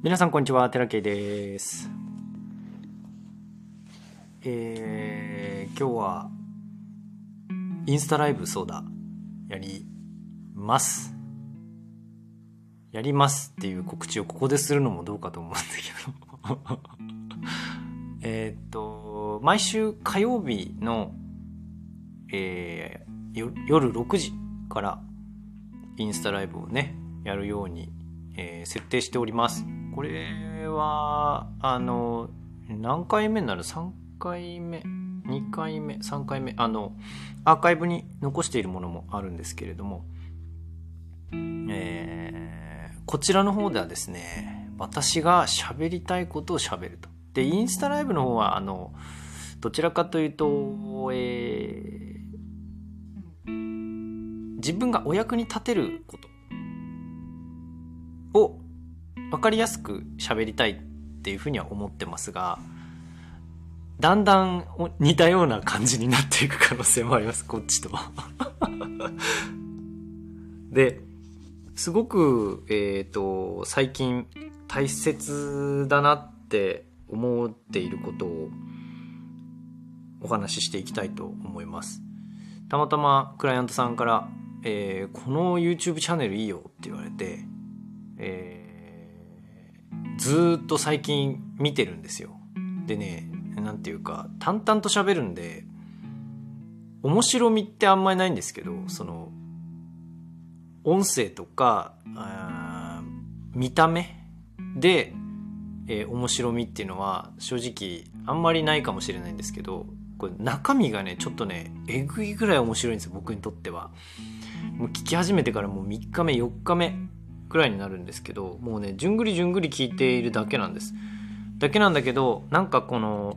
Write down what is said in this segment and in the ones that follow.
皆さんこんにちは、寺圭です。今日はインスタライブやりますっていう告知をここでするのもどうかと思うんだけど毎週火曜日の、夜6時からインスタライブをねやるように、設定しております。これは何回目になる？3回目2回目3回目アーカイブに残しているものもあるんですけれども、こちらの方ではですね、私が喋りたいことを喋ると。でインスタライブの方はどちらかというと、自分がお役に立てることを分かりやすく喋りたいっていうふうには思ってますが、だんだん似たような感じになっていく可能性もあります、こっちとですごく、最近大切だなって思っていることをお話ししていきたいと思います。たまたまクライアントさんから、この YouTube チャンネルいいよって言われて、ずっと最近見てるんですよ。でね、なんていうか淡々と喋るんで面白みってあんまりないんですけど、その音声とか見た目で、面白みっていうのは正直あんまりないかもしれないんですけど、これ中身がねちょっとねえぐいぐらい面白いんですよ、僕にとっては。もう聞き始めてからもう3日目4日目くらいになるんですけど、もうねじゅんぐり聞いているだけなんだけど、なんかこの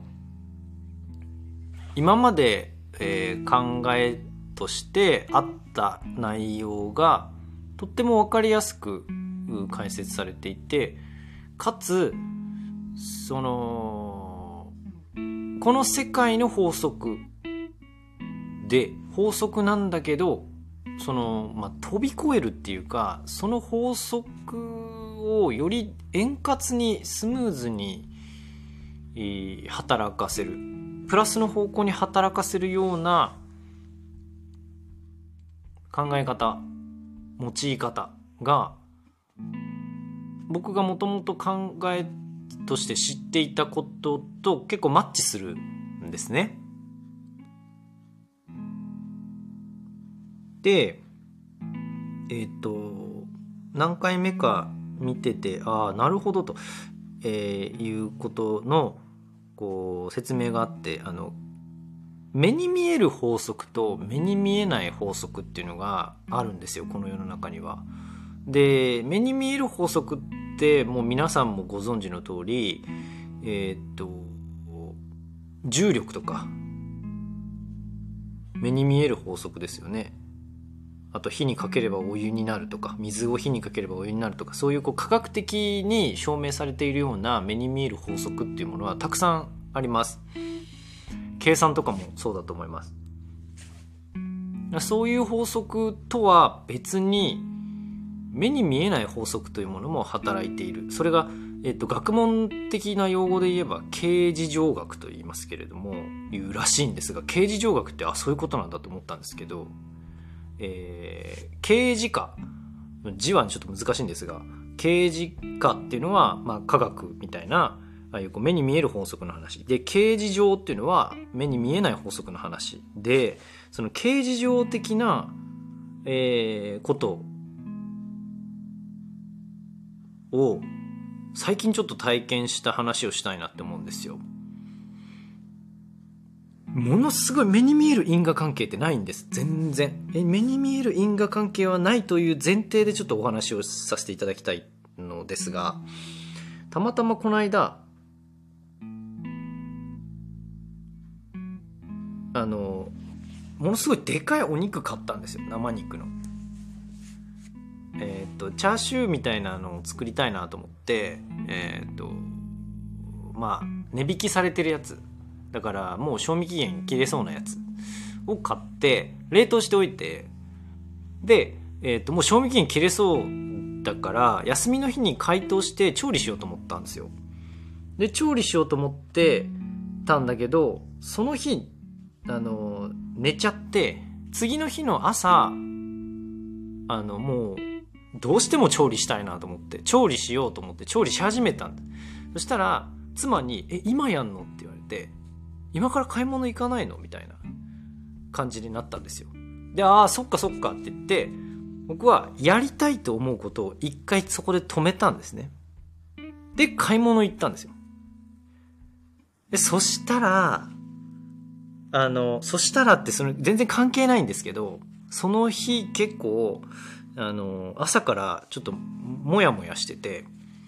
今まで、考えとしてあった内容がとっても分かりやすく解説されていて、かつこの世界の法則なんだけど、飛び越えるっていうか、その法則をより円滑にスムーズに働かせる、プラスの方向に働かせるような考え方、用い方が僕がもともと考えとして知っていたことと結構マッチするんですね。で何回目か見てて、なるほどと、いうことのこう説明があって、目に見える法則と目に見えない法則っていうのがあるんですよ、この世の中には。で目に見える法則ってもう皆さんもご存知の通り、重力とか目に見える法則ですよね。あと火にかければお湯になるとか、水を火にかければお湯になるとか、そういう科学的に証明されているような目に見える法則っていうものはたくさんあります。計算とかもそうだと思います。そういう法則とは別に目に見えない法則というものも働いている。それが、学問的な用語で言えば形而上学と言いますけれども、いうらしいんですが、形而上学ってそういうことなんだと思ったんですけど、形而化、字はちょっと難しいんですが、形而化っていうのは、科学みたいな目に見える法則の話で、形而上っていうのは目に見えない法則の話で、その形而上的な、ことを最近ちょっと体験した話をしたいなって思うんですよ。ものすごい目に見える因果関係ってないんです、全然。目に見える因果関係はないという前提でちょっとお話をさせていただきたいのですが、たまたまこの間ものすごいでかいお肉買ったんですよ、生肉の。チャーシューみたいなのを作りたいなと思って、値引きされてるやつだからもう賞味期限切れそうなやつを買って冷凍しておいて、で、もう賞味期限切れそうたから休みの日に解凍して調理しようと思ったんですよ。で調理しようと思ってたんだけど、その日寝ちゃって、次の日の朝もうどうしても調理したいなと思って調理しようと思って調理し始めたんだ。そしたら妻に今やんのって言われて、今から買い物行かないのみたいな感じになったんですよ。でそっかそっかって言って、僕はやりたいと思うことを一回そこで止めたんですね。で買い物行ったんですよ。でそしたらって全然関係ないんですけど、その日結構朝からちょっとモヤモヤしてて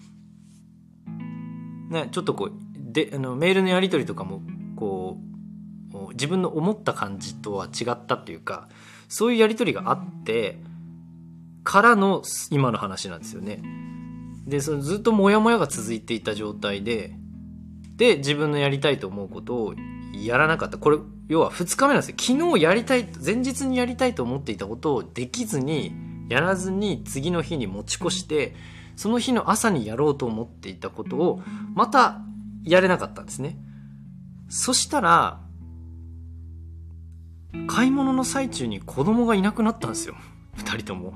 ね、ちょっとこうでメールのやり取りとかもこう自分の思った感じとは違ったっていうか、そういうやり取りがあってからの今の話なんですよね。でずっとモヤモヤが続いていた状態で自分のやりたいと思うことをやらなかった。これ要は2日目なんですよ。昨日やりたい、前日にやりたいと思っていたことをできずにやらずに次の日に持ち越して、その日の朝にやろうと思っていたことをまたやれなかったんですね。そしたら買い物の最中に子供がいなくなったんですよ。2人とも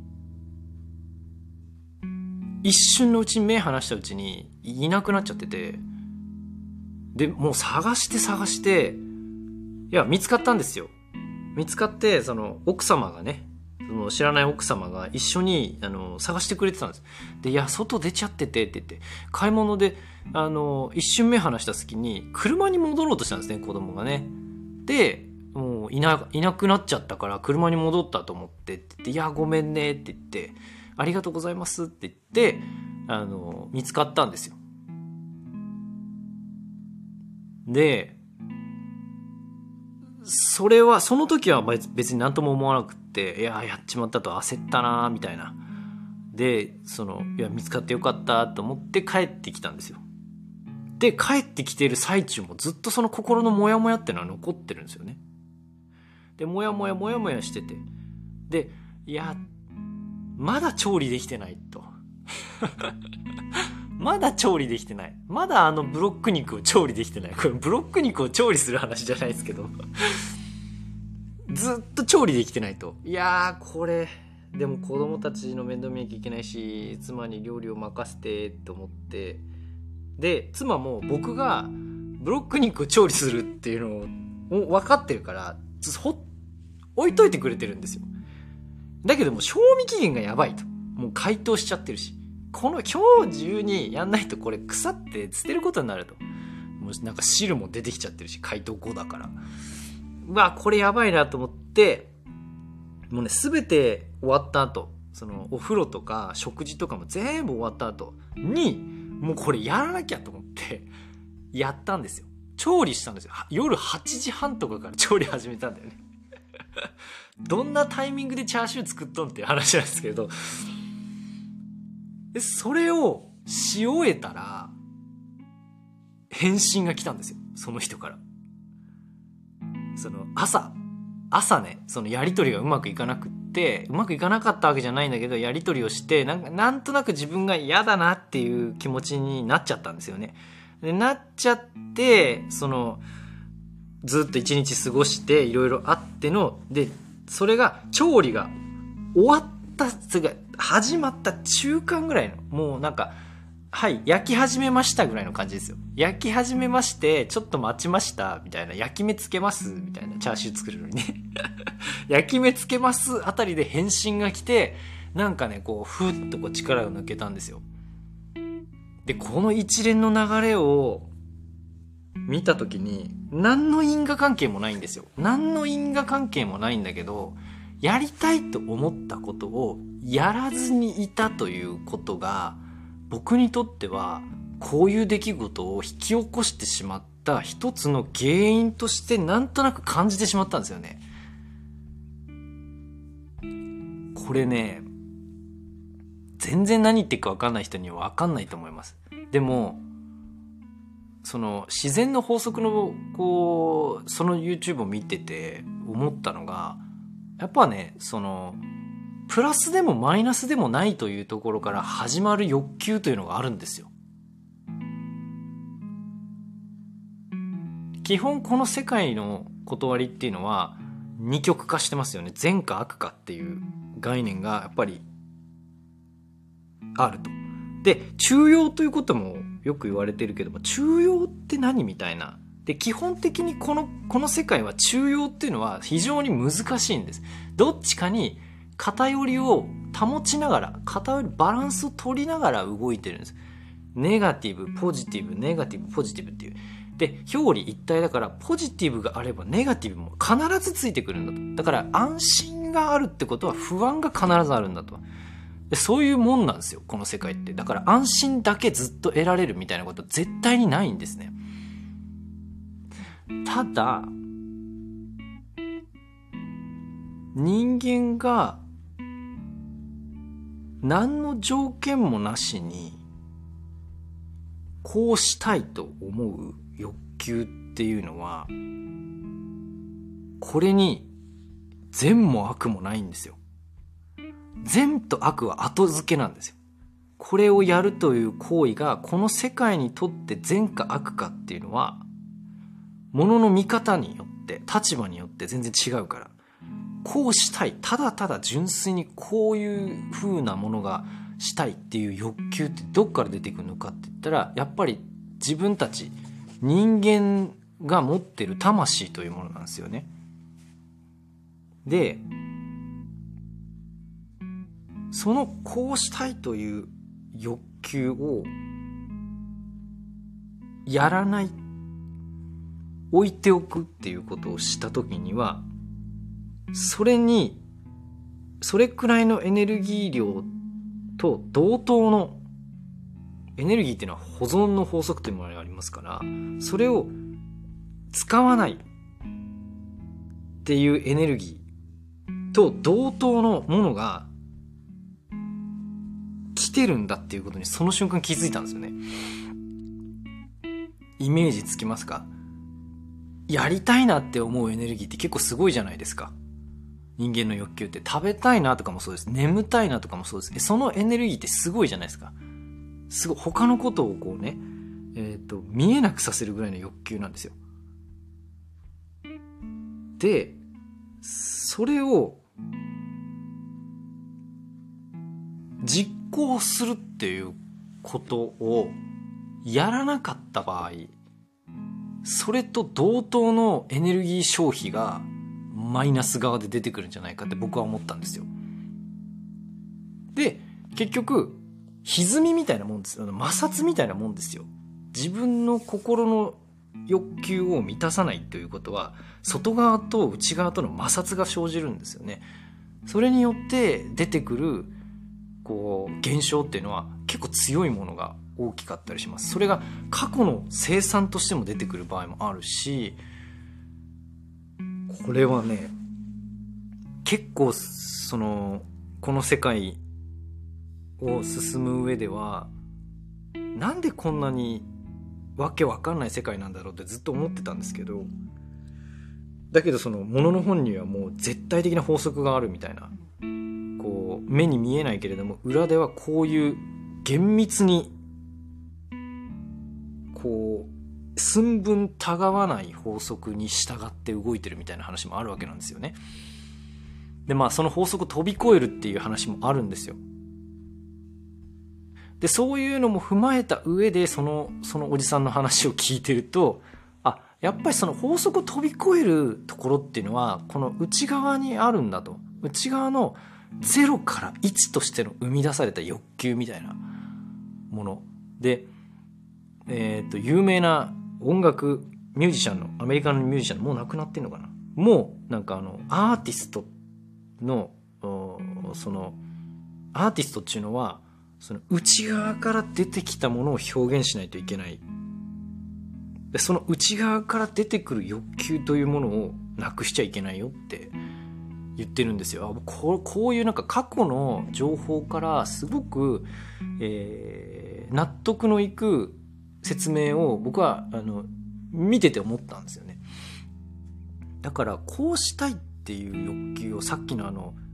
一瞬のうちに目離したうちにいなくなっちゃってて、でもう探していや見つかったんですよ。見つかって、その奥様がね、その知らない奥様が一緒に探してくれてたんです。でいや外出ちゃっててって言って、買い物で一瞬目離した隙に車に戻ろうとしたんですね、子供がね。でもういなくなっちゃったから車に戻ったと思ってって言って、いやごめんねって言って、ありがとうございますって言って見つかったんですよ。でその時は別に何とも思わなくって、いやっちまったと焦ったなみたいな。でいや見つかってよかったと思って帰ってきたんですよ。で帰ってきている最中もずっとその心のモヤモヤっていうのは残ってるんですよね。でモヤモヤしてて、でいやまだ調理できてないとまだ調理できてない、まだブロック肉を調理できてない。これブロック肉を調理する話じゃないですけどずっと調理できてないと。いやこれでも子供たちの面倒見なきゃいけないし、妻に料理を任せてと思って、で妻も僕がブロック肉を調理するっていうのを分かってるから置いといてくれてるんですよ。だけども賞味期限がやばいと、もう解凍しちゃってるし、この今日中にやんないとこれ腐って捨てることになると、もうなんか汁も出てきちゃってるし、解凍後だから、うわこれやばいなと思って、もうね全て終わった後、そのお風呂とか食事とかも全部終わった後にもうこれやらなきゃと思ってやったんですよ。調理したんですよ。夜8時半とかから調理始めたんだよねどんなタイミングでチャーシュー作っとんっていう話なんですけど、でそれをし終えたら返信が来たんですよ、その人から。その朝ね、そのやり取りがうまくいかなくって、うまくいかなかったわけじゃないんだけど、やり取りをしてなんとなく自分が嫌だなっていう気持ちになっちゃったんですよね。でなっちゃって、ずっと一日過ごしていろいろあってので、それが調理が終わった始まった中間ぐらいの、もうなんかはい焼き始めましたぐらいの感じですよ。焼き始めまして、ちょっと待ちましたみたいな、焼き目つけますみたいな、チャーシュー作るのにね焼き目つけますあたりで返信が来て、なんかねこうふっとこう力が抜けたんですよ。でこの一連の流れを見た時に何の因果関係もないんですよ。何の因果関係もないんだけど、やりたいと思ったことをやらずにいたということが、僕にとってはこういう出来事を引き起こしてしまった一つの原因としてなんとなく感じてしまったんですよね。これね、全然何言ってるか分かんない人には分かんないと思います。でもその自然の法則のその YouTube を見てて思ったのが、やっぱね、 プラスでもマイナスでもないというところから始まる欲求というのがあるんですよ。基本この世界の断りっていうのは二極化してますよね。善か悪かっていう概念がやっぱりあると。で、中庸ということもよく言われてるけども、中庸って何みたいな。で、基本的にこの世界は中庸っていうのは非常に難しいんです。どっちかに偏りを保ちながら、バランスを取りながら動いてるんです。ネガティブ、ポジティブ、ネガティブ、ポジティブっていう。で、表裏一体だから、ポジティブがあればネガティブも必ずついてくるんだと。だから安心があるってことは不安が必ずあるんだと。で、そういうもんなんですよ、この世界って。だから安心だけずっと得られるみたいなこと絶対にないんですね。ただ、人間が何の条件もなしにこうしたいと思う欲求っていうのは、これに善も悪もないんですよ。善と悪は後付けなんですよ。これをやるという行為がこの世界にとって善か悪かっていうのは、ものの見方によって立場によって全然違うから、こうしたい、ただただ純粋にこういう風なものがしたいっていう欲求ってどっから出てくるのかって言ったら、やっぱり自分たち人間が持ってる魂というものなんですよね。で、そのこうしたいという欲求をやらない、置いておくっていうことをしたときには、それくらいのエネルギー量と同等のエネルギーっていうのは保存の法則というものがありますから、それを使わないっていうエネルギーと同等のものが来てるんだっていうことにその瞬間気づいたんですよね。イメージつきますか？やりたいなって思うエネルギーって結構すごいじゃないですか。人間の欲求って、食べたいなとかもそうです。眠たいなとかもそうです。そのエネルギーってすごいじゃないですか。すごい、他のことをこうね、見えなくさせるぐらいの欲求なんですよ。で、それを実行するっていうことをやらなかった場合、それと同等のエネルギー消費がマイナス側で出てくるんじゃないかって僕は思ったんですよ。で、結局歪みみたいなもんですよ。摩擦みたいなもんですよ。自分の心の欲求を満たさないということは、外側と内側との摩擦が生じるんですよね。それによって出てくるこう現象っていうのは結構強いものが大きかったりします。それが過去の生産としても出てくる場合もあるし、これはね、結構この世界を進む上では、なんでこんなにわけわかんない世界なんだろうってずっと思ってたんですけど、だけどその物の本にはもう絶対的な法則があるみたいな、こう目に見えないけれども裏ではこういう厳密にこう寸分たがわない法則に従って動いてるみたいな話もあるわけなんですよね。で、まあその法則を飛び越えるっていう話もあるんですよ。で、そういうのも踏まえた上でそのおじさんの話を聞いてると、やっぱりその法則を飛び越えるところっていうのはこの内側にあるんだと。内側の0から1としての生み出された欲求みたいなもので、有名な音楽ミュージシャンの、アメリカのミュージシャンの、もう亡くなってんのかな、もうなんかアーティストのそのアーティストっていうのはその内側から出てきたものを表現しないといけない。で、その内側から出てくる欲求というものをなくしちゃいけないよって言ってるんですよ。こういうなんか過去の情報からすごく、納得のいく説明を僕は見てて思ったんですよね。だからこうしたいっていう欲求をさっきの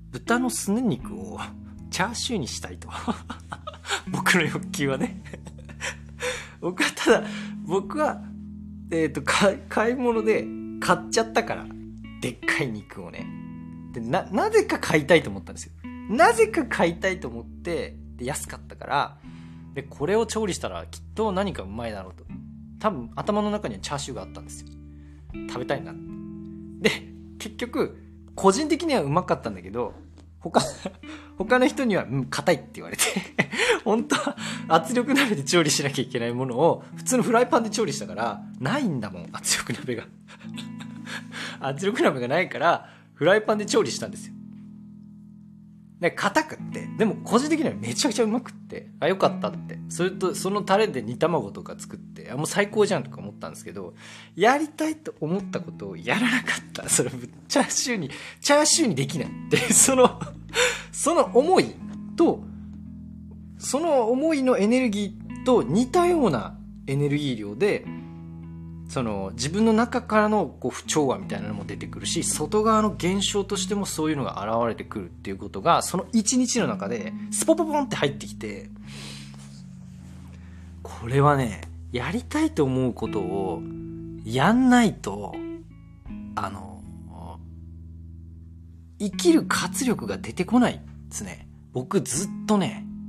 豚のすね肉をチャーシューにしたいと僕の欲求はね僕は買い物で買っちゃったから、でっかい肉をね。でなぜか買いたいと思ったんですよ。なぜか買いたいと思って、で安かったから、でこれを調理したらきっと何かうまいだろうと、多分頭の中にはチャーシューがあったんですよ。食べたいな。で結局個人的にはうまかったんだけど、他の人には硬いって言われて本当は圧力鍋で調理しなきゃいけないものを普通のフライパンで調理したから、ないんだもん、圧力鍋が圧力鍋がないからフライパンで調理したんですよ。で硬くって、でも個人的にはめちゃくちゃうまくって、あ、よかったって、それとそのタレで煮卵とか作って、もう最高じゃんとか思ったんですけど、やりたいと思ったことをやらなかった。それチャーシューにできないってその思いと、その思いのエネルギーと似たようなエネルギー量で、その自分の中からのこう不調和みたいなのも出てくるし、外側の現象としてもそういうのが現れてくるっていうことが、その一日の中でスポポポンって入ってきて、これはね、やりたいと思うことをやんないと、生きる活力が出てこないですね。僕ずっと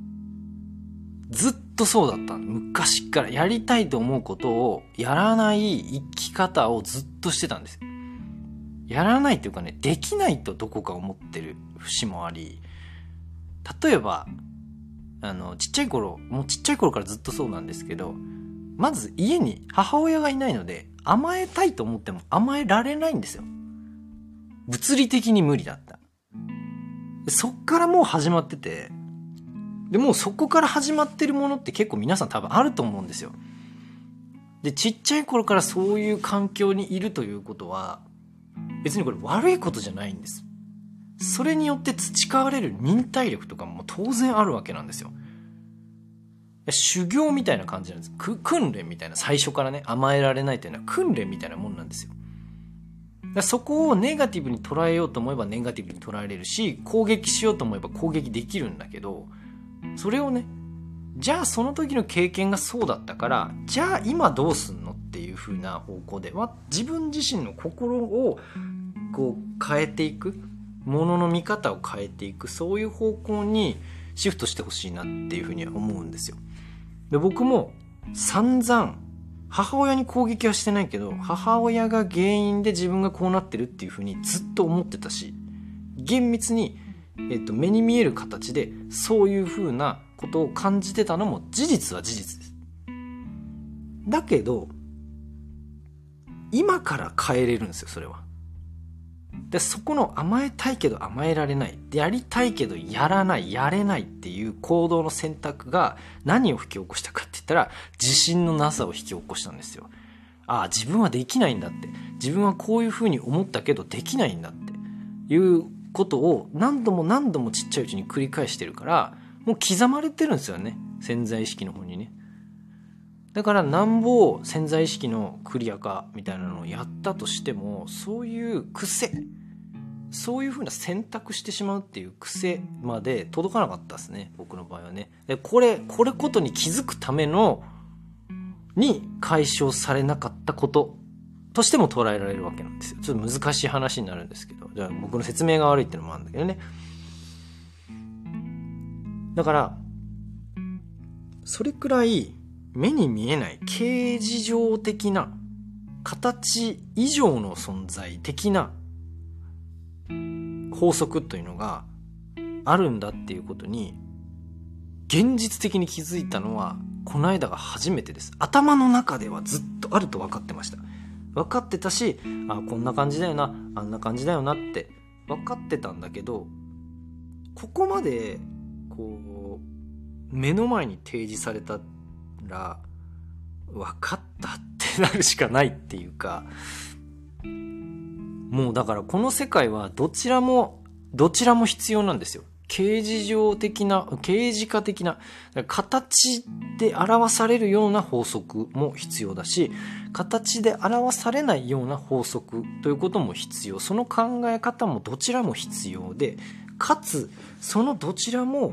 そうだった。昔からやりたいと思うことをやらない生き方をずっとしてたんです。やらないというかね、できないとどこか思ってる節もあり、例えばちっちゃい頃からずっとそうなんですけど、まず家に母親がいないので甘えたいと思っても甘えられないんですよ。物理的に無理だった。そっからもう始まってて、でもうそこから始まってるものって結構皆さん多分あると思うんですよ。でちっちゃい頃からそういう環境にいるということは、別にこれ悪いことじゃないんです。それによって培われる忍耐力とかも当然あるわけなんですよ。修行みたいな感じなんです。訓練みたいな、最初からね、甘えられないというのは訓練みたいなもんなんですよ。そこをネガティブに捉えようと思えばネガティブに捉えれるし、攻撃しようと思えば攻撃できるんだけど、それをね、じゃあその時の経験がそうだったから、じゃあ今どうすんのっていう風な方向では、自分自身の心をこう変えていく、ものの見方を変えていく、そういう方向にシフトしてほしいなっていう風には思うんですよ。で僕も散々母親に攻撃はしてないけど、母親が原因で自分がこうなってるっていう風にずっと思ってたし、厳密に目に見える形でそういう風なことを感じてたのも事実は事実です。だけど今から変えれるんですよ、それは。でそこの甘えたいけど甘えられない、やりたいけどやらない、やれないっていう行動の選択が何を引き起こしたかって言ったら、自信のなさを引き起こしたんですよ。ああ、自分はできないんだって、自分はこういう風に思ったけどできないんだっていうことを何度も何度もちっちゃいうちに繰り返してるから、もう刻まれてるんですよね、潜在意識の方にね。だからなんぼ潜在意識のクリア化みたいなのをやったとしても、そういう癖、そういう風な選択してしまうっていう癖まで届かなかったですね、僕の場合はね。でこれことに気づくためのに解消されなかったこととしても捉えられるわけなんですよ。ちょっと難しい話になるんですけど、じゃあ僕の説明が悪いっていうのもあるんだけどね。だからそれくらい目に見えない形而上的な形以上の存在的な法則というのがあるんだっていうことに現実的に気づいたのはこの間が初めてです。頭の中ではずっとあると分かってました。分かってたし、あ、こんな感じだよな、あんな感じだよなって分かってたんだけど、ここまでこう目の前に提示されたら分かったってなるしかないっていうか、もうだからこの世界はどちらも必要なんですよ。形而上的な、形而化的な形で表されるような法則も必要だし、形で表されないような法則ということも必要。その考え方もどちらも必要で、 かつそのどちらも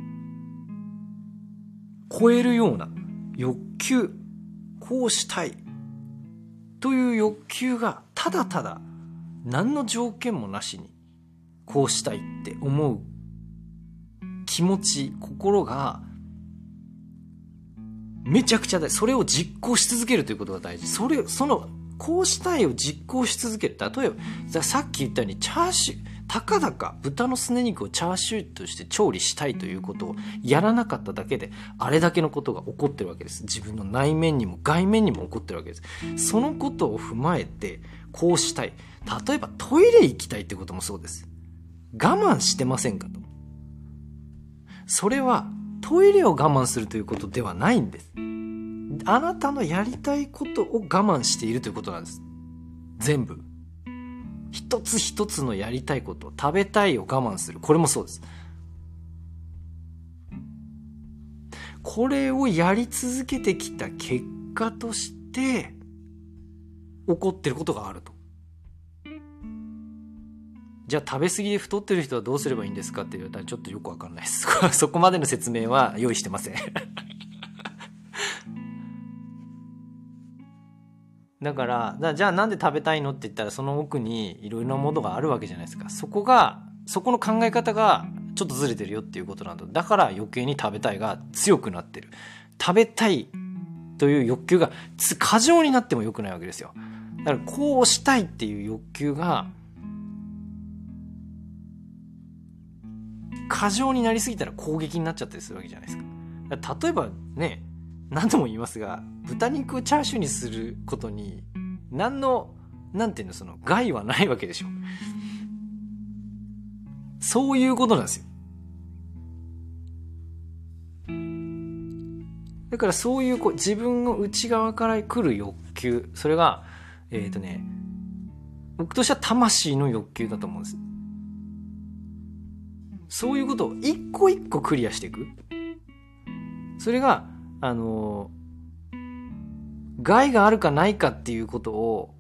超えるような欲求、こうしたいという欲求がただただ何の条件もなしにこうしたいって思う気持ち、心がめちゃくちゃ大事。それを実行し続けるということが大事。そのこうしたいを実行し続ける。例えばさっき言ったようにチャーシュー、たかだか豚のすね肉をチャーシューとして調理したいということをやらなかっただけで、あれだけのことが起こってるわけです。自分の内面にも外面にも起こってるわけです。そのことを踏まえてこうしたい。例えばトイレ行きたいってこともそうです。我慢してませんかと。それはトイレを我慢するということではないんです。あなたのやりたいことを我慢しているということなんです。全部。一つ一つのやりたいこと、食べたいを我慢する。これもそうです。これをやり続けてきた結果として起こってることがあると。じゃあ食べ過ぎで太ってる人はどうすればいいんですかって言われたらちょっとよくわかんないです。そこまでの説明は用意してません。だからじゃあなんで食べたいのって言ったらその奥にいろいろなものがあるわけじゃないですか。そこの考え方がちょっとずれてるよっていうことなんだ。だから余計に食べたいが強くなってる。食べたいという欲求が過剰になっても良くないわけですよ。だからこうしたいっていう欲求が過剰になりすぎたら攻撃になっちゃったりするわけじゃないですか。だから例えばね、何度も言いますが、豚肉をチャーシューにすることに何のなんていうの、その害はないわけでしょ。そういうことなんですよ。だからそういう自分の内側から来る欲求、それが僕としては魂の欲求だと思うんです。そういうことを一個一個クリアしていく。それが害があるかないかっていうことを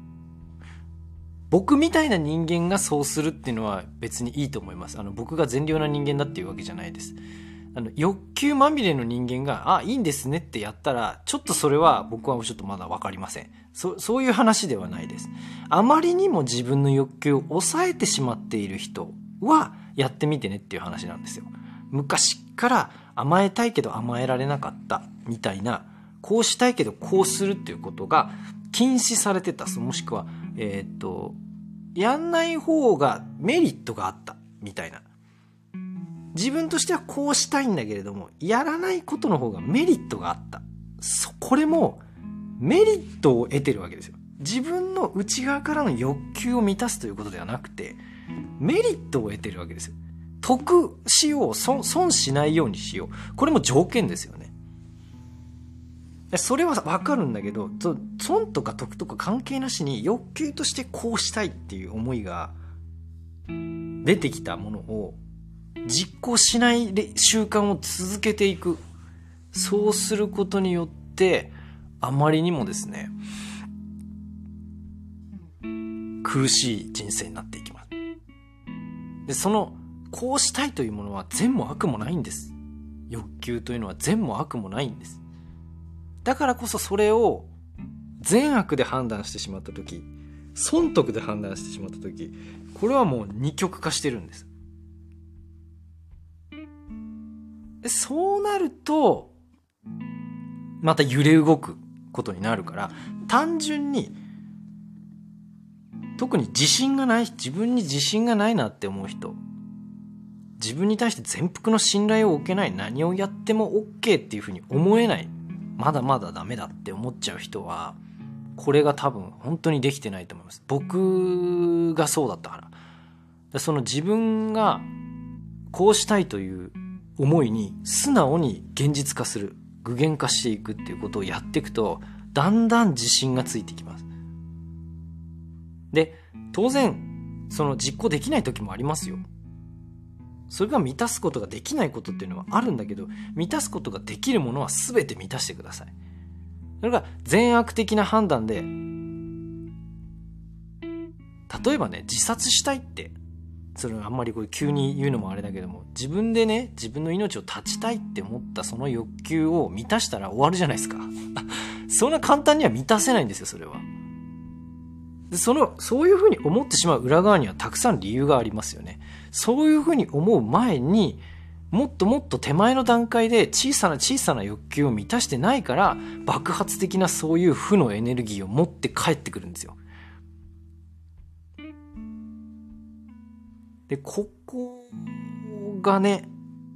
僕みたいな人間がそうするっていうのは別にいいと思います。僕が善良な人間だっていうわけじゃないです。欲求まみれの人間がいいんですねってやったらちょっとそれは僕はちょっとまだ分かりません。そういう話ではないです。あまりにも自分の欲求を抑えてしまっている人はやってみてねっていう話なんですよ。昔から甘えたいけど甘えられなかったみたいな、こうしたいけどこうするっていうことが禁止されてた、もしくはやんない方がメリットがあったみたいな、自分としてはこうしたいんだけれどもやらないことの方がメリットがあった。これもメリットを得てるわけですよ。自分の内側からの欲求を満たすということではなくてメリットを得てるわけですよ。得しよう、損しないようにしよう。これも条件ですよね。それは分かるんだけど、損とか得とか関係なしに欲求としてこうしたいっていう思いが出てきたものを実行しない習慣を続けていく。そうすることによってあまりにもですね、苦しい人生になっていきます。で、こうしたいというものは善も悪もないんです。欲求というのは善も悪もないんです。だからこそそれを善悪で判断してしまったとき、損得で判断してしまったとき、これはもう二極化してるんです。で、そうなるとまた揺れ動くことになるから、単純に特に自分に自信がないなって思う人、自分に対して全幅の信頼を置けない、何をやっても OK っていうふうに思えない、まだまだダメだって思っちゃう人は、これが多分本当にできてないと思います。僕がそうだったから。その自分がこうしたいという思いに素直に現実化する、具現化していくっていうことをやっていくと、だんだん自信がついてきます。で、当然実行できない時もありますよ。それが満たすことができないことっていうのはあるんだけど、満たすことができるものは全て満たしてください。それが善悪的な判断で、例えばね、自殺したいってそれあんまりこれ急に言うのもあれだけども、自分でね、自分の命を絶ちたいって思ったその欲求を満たしたら終わるじゃないですか。そんな簡単には満たせないんですよ、それは。で、そういうふうに思ってしまう裏側にはたくさん理由がありますよね。そういうふうに思う前に、もっともっと手前の段階で小さな小さな欲求を満たしてないから、爆発的なそういう負のエネルギーを持って帰ってくるんですよ。で、ここがね、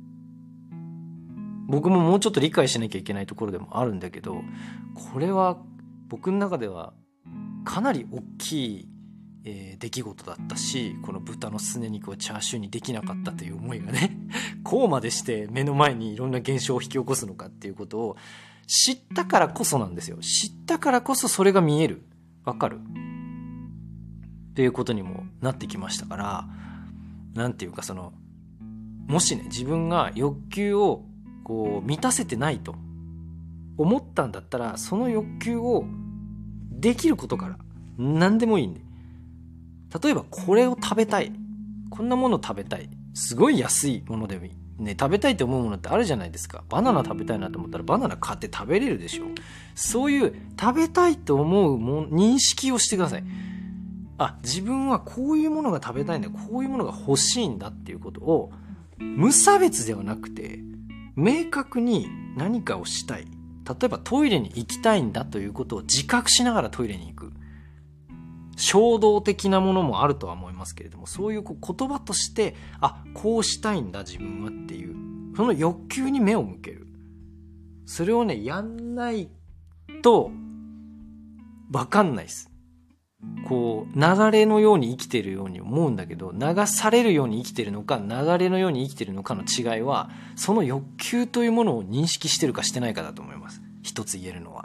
僕ももうちょっと理解しなきゃいけないところでもあるんだけど、これは僕の中ではかなり大きい、出来事だったし、この豚のすね肉をチャーシューにできなかったという思いがね、こうまでして目の前にいろんな現象を引き起こすのかっていうことを知ったからこそなんですよ。知ったからこそそれが見える。わかる？っていうことにもなってきましたから、なんていうかもしね、自分が欲求をこう満たせてないと思ったんだったら、その欲求をできることから何でもいいんで、例えばこれを食べたい、こんなもの食べたい、すごい安いものでもいいね、食べたいと思うものってあるじゃないですか。バナナ食べたいなと思ったらバナナ買って食べれるでしょ。そういう食べたいと思う認識をしてください。自分はこういうものが食べたいんだ、こういうものが欲しいんだっていうことを無差別ではなくて明確に何かをしたい。例えばトイレに行きたいんだということを自覚しながらトイレに行く。衝動的なものもあるとは思いますけれども、そういう言葉としてこうしたいんだ自分はっていう、その欲求に目を向ける。それをね、やんないと分かんないです。こう流れのように生きているように思うんだけど、流されるように生きているのか流れのように生きているのかの違いは、その欲求というものを認識してるかしてないかだと思います。一つ言えるのは、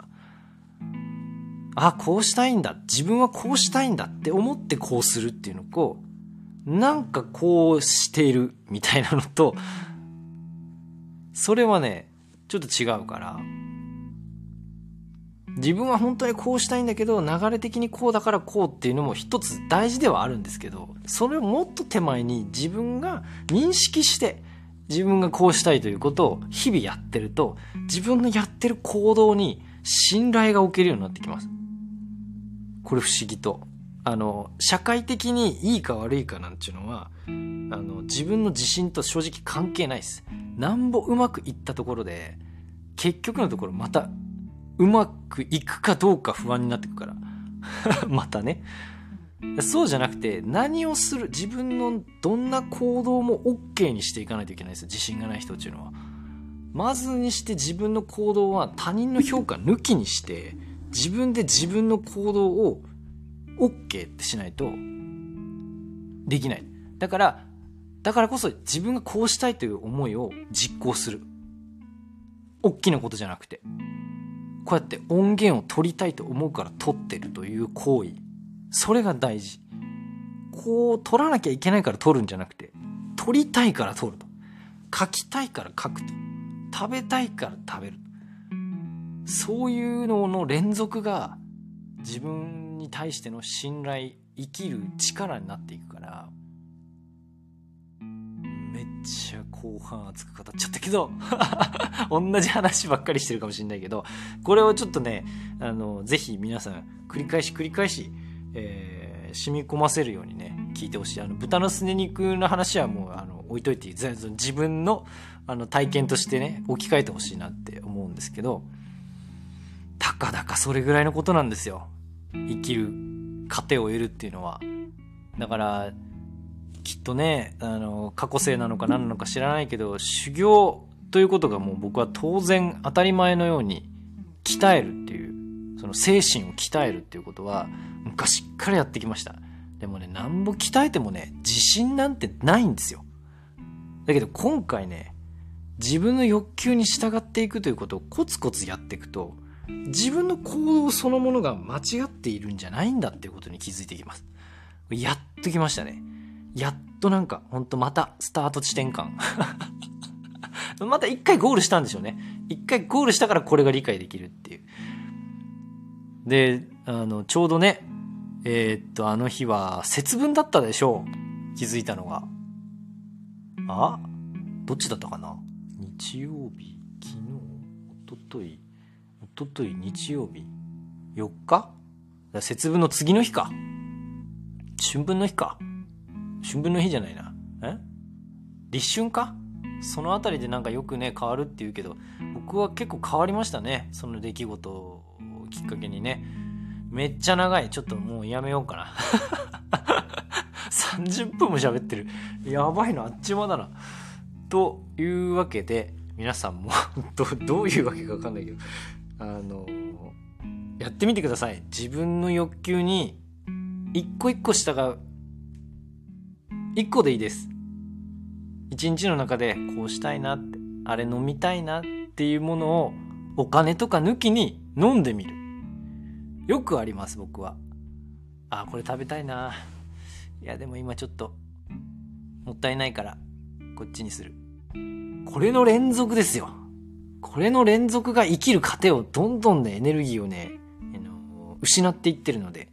こうしたいんだ、自分はこうしたいんだって思ってこうするっていうのと、なんかこうしているみたいなのと、それはねちょっと違うから、自分は本当にこうしたいんだけど流れ的にこうだからこうっていうのも一つ大事ではあるんですけど、それをもっと手前に自分が認識して自分がこうしたいということを日々やってると、自分のやってる行動に信頼が置けるようになってきます。これ不思議と社会的にいいか悪いかなんていうのは自分の自信と正直関係ないです。なんぼうまくいったところで結局のところまたうまくいくかどうか不安になってくからまたね、そうじゃなくて、何をする、自分のどんな行動も OK にしていかないといけないですよ。自信がない人っていうのはまずにして、自分の行動は他人の評価抜きにして自分で自分の行動を OK ってしないとできない。だからこそ自分がこうしたいという思いを実行する。大きなことじゃなくて、こうやって音源を取りたいと思うから取ってるという行為、それが大事。こう取らなきゃいけないから取るんじゃなくて、取りたいから取ると、書きたいから書くと、食べたいから食べる。そういうのの連続が自分に対しての信頼、生きる力になっていくから、めっちゃ後半熱く語っちゃったけど同じ話ばっかりしてるかもしれないけど、これをちょっとねぜひ皆さん繰り返し、染み込ませるようにね聞いてほしい。豚のすね肉の話はもう置いといて、自分の体験としてね置き換えてほしいなって思うんですけど、たかだかそれぐらいのことなんですよ、生きる糧を得るっていうのは。だからきっとね過去性なのか何なのか知らないけど、修行ということがもう僕は当然当たり前のように鍛えるっていう、その精神を鍛えるっていうことは昔からやってきました。でもね、なんぼ鍛えてもね自信なんてないんですよ。だけど今回ね、自分の欲求に従っていくということをコツコツやっていくと、自分の行動そのものが間違っているんじゃないんだっていうことに気づいてきます。やっときましたね。やっとなんかほんとまたスタート地点感また一回ゴールしたんでしょうね。一回ゴールしたからこれが理解できるっていう。でちょうどねあの日は節分だったでしょう。 気づいたのが。どっちだったかな。日曜日、昨日、おととい日曜日、4日？節分の次の日か。春分の日か。春分の日じゃないな。立春か。そのあたりでなんかよくね変わるって言うけど、僕は結構変わりましたね、その出来事をきっかけにね。めっちゃ長い。ちょっともうやめようかな30分も喋ってる。やばいのあっちまだな。というわけで皆さんもどういうわけか分かんないけどやってみてください。自分の欲求に一個一個従う。一個でいいです。一日の中でこうしたいなって、あれ飲みたいなっていうものをお金とか抜きに飲んでみる。よくあります。僕はこれ食べたいな、いやでも今ちょっともったいないからこっちにする。これの連続ですよ。これの連続が生きる糧をどんどんねエネルギーをね失っていってるので、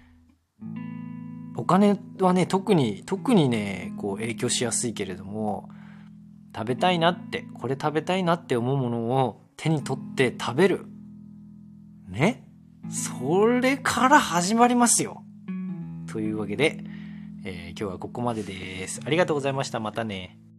お金はね特にねこう影響しやすいけれども、食べたいなって、これ食べたいなって思うものを手に取って食べるね、それから始まりますよ。というわけで、今日はここまでです。ありがとうございました。またね。